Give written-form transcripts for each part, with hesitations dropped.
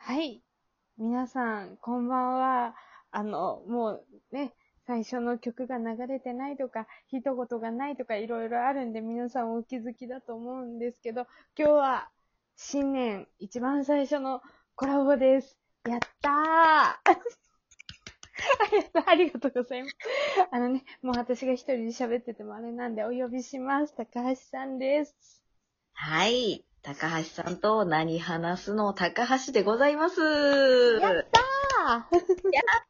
はい。皆さん、こんばんは。もうね、最初の曲が流れてないとか、一言がないとか、いろいろあるんで、皆さんお気づきだと思うんですけど、今日は、新年一番最初のコラボです。やったーありがとうございます。もう私が一人で喋っててもあれなんで、お呼びします。高橋さんです。 はい。高橋さんと何話すの高橋でございます。 やっやったたーー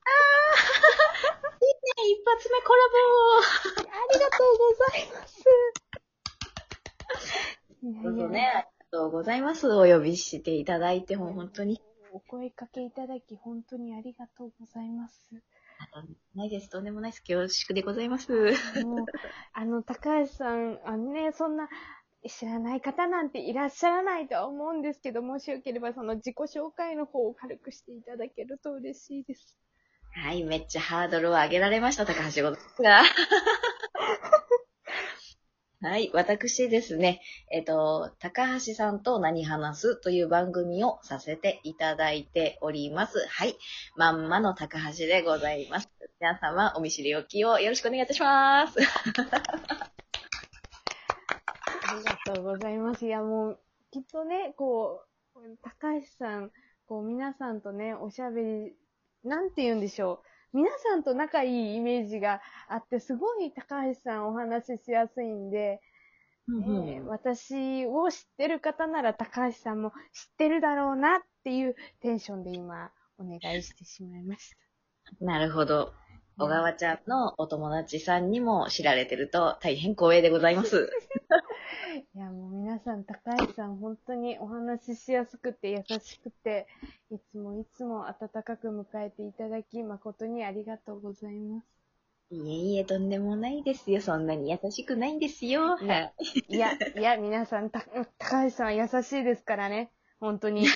一発目コラありがとうございます。いやボどうぞね、 いや。 ありがとうございます。お呼びしていただいて、もう本当に。 お声かけいただき、本当にありがとうございます。 ないです。とんでもないです。恐縮でございます。 もう、高橋さん、そんな、知らない方なんていらっしゃらないとは思うんですけど、もしよければその自己紹介の方を軽くしていただけると嬉しいです。 はい。めっちゃハードルを上げられました、高橋でございますが。はい。私ですね、高橋さんと何話すという番組をさせていただいております。はい。まんまの高橋でございます。皆様、お見知りおきをよろしくお願いいたします。 ありがとうございます。いや、もう、きっとね、高橋さん、皆さんとね、おしゃべり、なんて言うんでしょう。皆さんと仲いいイメージがあって、すごい高橋さんお話ししやすいんで、 うんうん。 私を知ってる方なら高橋さんも知ってるだろうなっていうテンションで今お願いしてしまいました。 なるほど。 いや、 小川ちゃんのお友達さんにも知られてると大変光栄でございます。 もう皆さん高橋さん本当にお話ししやすくて優しくて、いつもいつも温かく迎えていただき誠にありがとうございます。 いえいえ、とんでもないですよ。そんなに優しくないんですよ。 いや、 はい。 皆さん高橋さんは優しいですからね。本当に。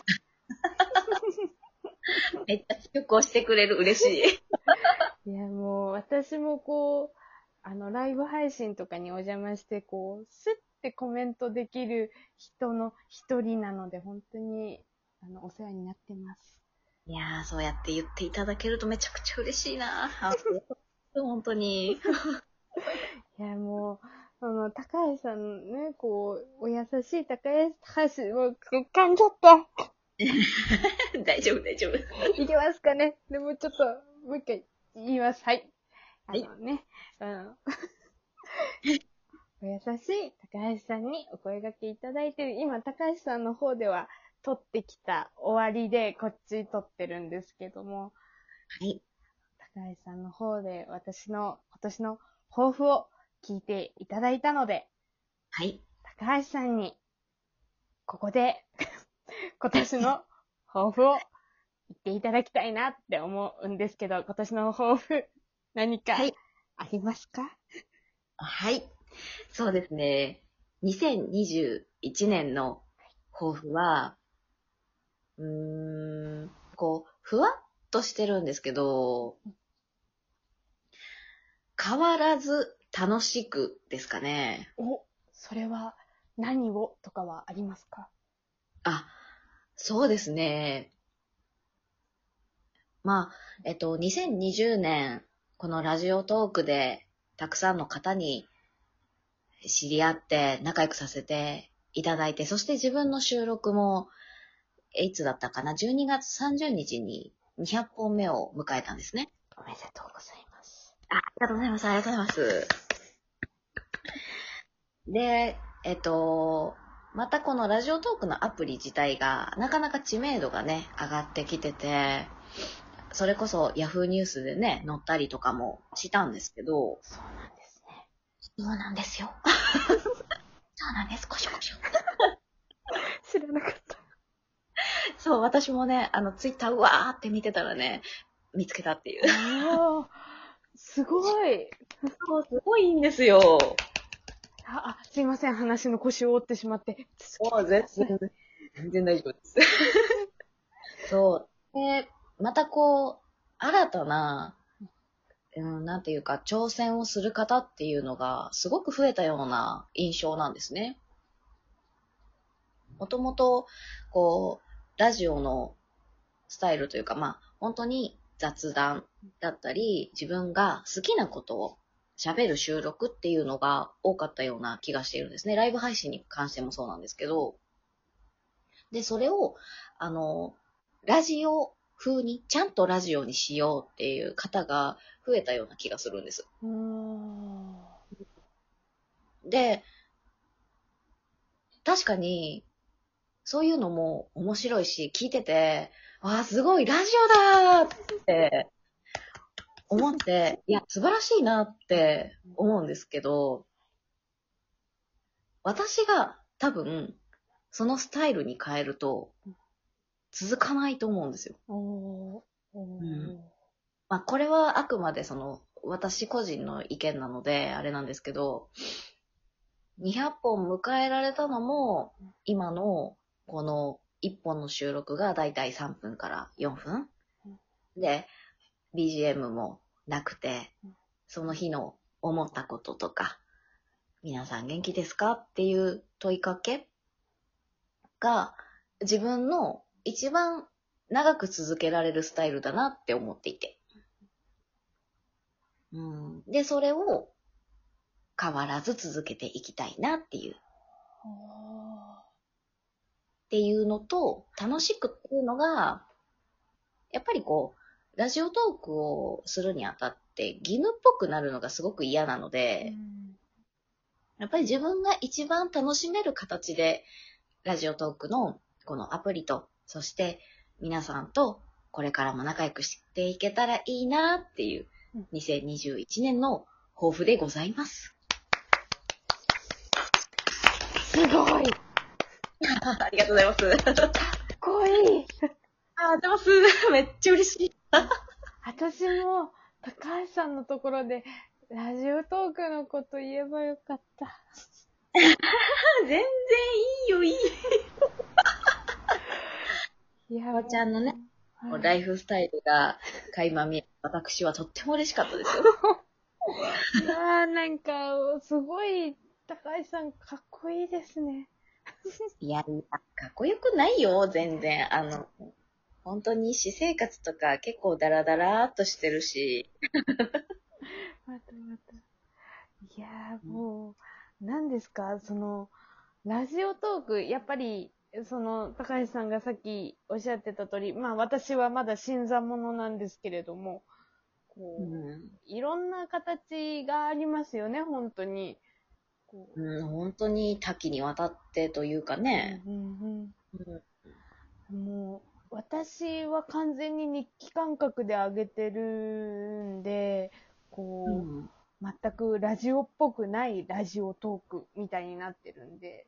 めっちゃ強く押してくれる。嬉しい。 もう、私もライブ配信とかにお邪魔して、スッてコメントできる人の一人なので、本当に、お世話になってます。 いやー、そうやって言っていただけるとめちゃくちゃ嬉しいな。本当に。 もう、高橋さんね、お優しい高橋、もう、噛んじゃった。 大丈夫、大丈夫。 いけますかね。でもちょっと、もう一回言います。はい。 はい。 ね、あの、お優しい高橋さんにお声掛けいただいてる。今、高橋さんの方では撮ってきた終わりで、こっち撮ってるんですけども、 はい。 高橋さんの方で私の今年の抱負を聞いていただいたので、 はい。 高橋さんに、ここで今年の抱負を言っていただきたいなって思うんですけど、今年の抱負、何かはい。 ありますか？ はい。そうですね。2021年の抱負は、ふわっとしてるんですけど、変わらず楽しくですかね。 それは何をとかはありますか？ あ、そうですね。まあ、2020年、このラジオトークでたくさんの方に知り合って仲良くさせていただいて、そして自分の収録も、いつだったかな？ 12 月30日に200本目を迎えたんですね。 おめでとうございます。 ありがとうございます。ありがとうございます。で、またこのラジオトークのアプリ自体がなかなか知名度がね、上がってきてて、それこそヤフーニュースでね、載ったりとかもしたんですけど、 そうなんですね。 そうなんですよ。そうなんです。こしょこしょ。 知らなかった。 そう、私もね、ツイッターうわーって見てたらね、見つけたっていう。 おー、すごい。 そう、すごいいいんですよ。 すいません。話の腰を折ってしまって。続けてください。 全然大丈夫です。そう。で、また新たな、なんていうか、挑戦をする方っていうのが、すごく増えたような印象なんですね。もともと、ラジオのスタイルというか、本当に雑談だったり、自分が好きなことを喋る収録っていうのが多かったような気がしているんですね。ライブ配信に関してもそうなんですけど、で、それを、ラジオ風に、ちゃんとラジオにしようっていう方が増えたような気がするんです。で、確かに、そういうのも面白いし、聞いてて、すごい、ラジオだーって思って、いや、素晴らしいなって思うんですけど、私が多分、そのスタイルに変えると、続かないと思うんですよ。これはあくまで私個人の意見なので、あれなんですけど、200本迎えられたのも、今のこの1本の収録がだいたい3分から4分で、BGM もなくて、その日の思ったこととか、皆さん元気ですかっていう問いかけが自分の一番長く続けられるスタイルだなって思っていて。で、それを変わらず続けていきたいなっていうのと、楽しくっていうのが、やっぱりラジオトークをするにあたって義務っぽくなるのがすごく嫌なので、やっぱり自分が一番楽しめる形で、ラジオトークのこのアプリと、そして皆さんとこれからも仲良くしていけたらいいなっていう2021年の抱負でございます。 すごいありがとうございます。 かっこいいでます。めっちゃ嬉しい。 私も高橋さんのところでラジオトークのこと言えばよかった。 全然いいよ、いい。 いや、 おばちゃんのね、ライフスタイルが垣間見え、私はとっても嬉しかったですよ。 いやなんか、すごい、高橋さんかっこいいですね。 いや、かっこよくないよ、全然。本当に私生活とか結構ダラダラーっとしてるし。 また。いやもう、何ですか、ラジオトーク、やっぱり、高橋さんがさっきおっしゃってた通り、私はまだ新参者なんですけれども、いろんな形がありますよね、本当に。 本当に多岐にわたってというかね。 もう、私は完全に日記感覚で上げてるんで、全くラジオっぽくないラジオトークみたいになってるんで、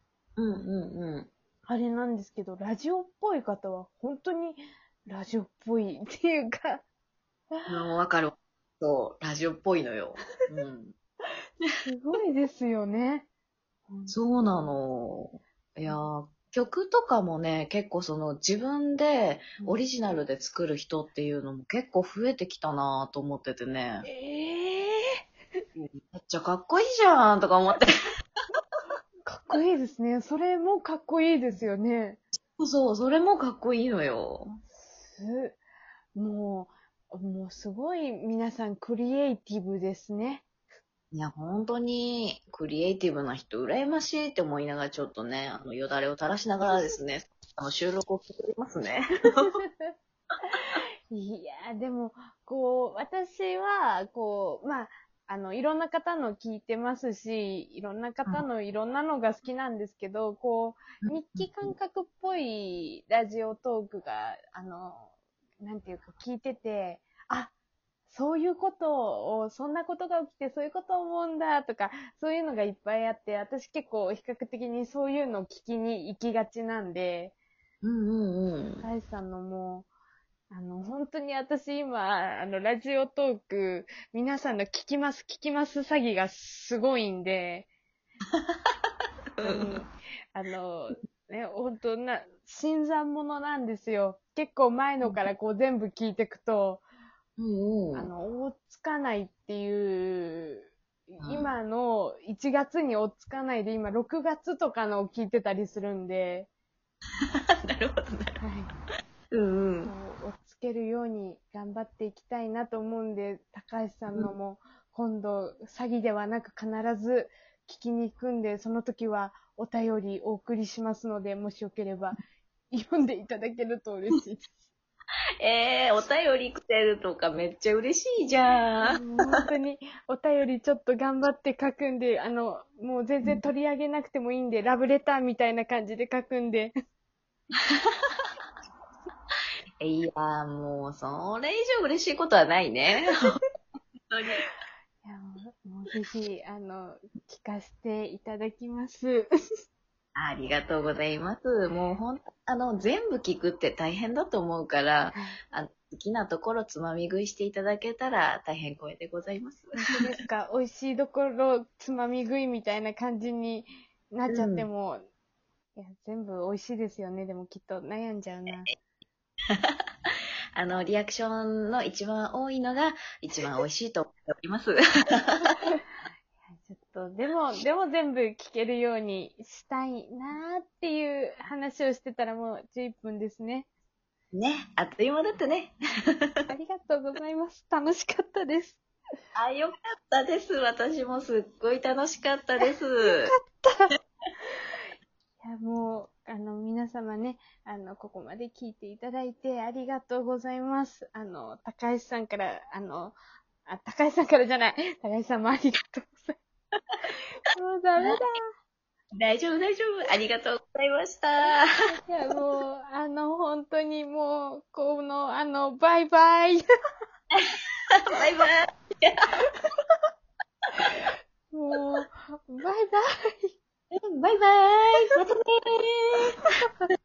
あれなんですけど、ラジオっぽい方は本当にラジオっぽいっていうかわかる。そう、ラジオっぽいのよ。 すごいですよね。 そうなの。いや、曲とかもね、結構自分でオリジナルで作る人っていうのも結構増えてきたなと思っててね。めっちゃかっこいいじゃんとか思って。 かっこいいですね。それもかっこいいですよね。 そう、それもかっこいいのよ。 もうすごい皆さんクリエイティブですね。 いや、本当にクリエイティブな人羨ましいって思いながらちょっとね、よだれを垂らしながらですね、収録を聞いてますね。 いや、でも、私は、いろんな方の聞いてますし、いろんな方のいろんなのが好きなんですけど、日記感覚っぽいラジオトークが、なんていうか聞いてて、そういうことを、そんなことが起きてそういうことを思うんだとか、そういうのがいっぱいあって、私結構比較的にそういうのを聞きに行きがちなんで、高橋さんのもう、本当に私今、ラジオトーク、皆さんの聞きます詐欺がすごいんで、本当新参者なんですよ。結構前のから全部聞いていくと、追っつかないっていう、今の1月に追っつかないで、今6月とかのを聞いてたりするんで。 なるほどね。 はい。 うんうん。 をつけるように頑張っていきたいなと思うんで、高橋さんのも今度詐欺ではなく必ず聞きに行くんで、その時はお便りお送りしますので、もしよければ読んでいただけると嬉しいです。 お便りくれるとかめっちゃ嬉しいじゃん。 本当にお便りちょっと頑張って書くんで、もう全然取り上げなくてもいいんで、ラブレターみたいな感じで書くんで。 いや、もう、それ以上嬉しいことはないね。本当に。 いやもうぜひ、聞かせていただきます。 ありがとうございます。もう全部聞くって大変だと思うから、好きなところつまみ食いしていただけたら大変光栄でございます。 本当ですか？美味しいところつまみ食いみたいな感じになっちゃっても、いや、全部美味しいですよね。でもきっと悩んじゃうな。 リアクションの一番多いのが一番美味しいと思っております。 ちょっと、でも全部聞けるようにしたいなーっていう話をしてたらもう11分ですね。 ね、あっという間だったね。 ありがとうございます。楽しかったです。 よかったです。私もすっごい楽しかったです。 いや、もう、皆様ね、ここまで聞いていただいてありがとうございます。高橋さんから、高橋さんからじゃない。高橋さんもありがとうございます。もうダメだ。 大丈夫、大丈夫。ありがとうございました。 いや、もう、本当にもう、バイバイ。 バイバイ。 もう、バイバイ。 バイバイ。またねー。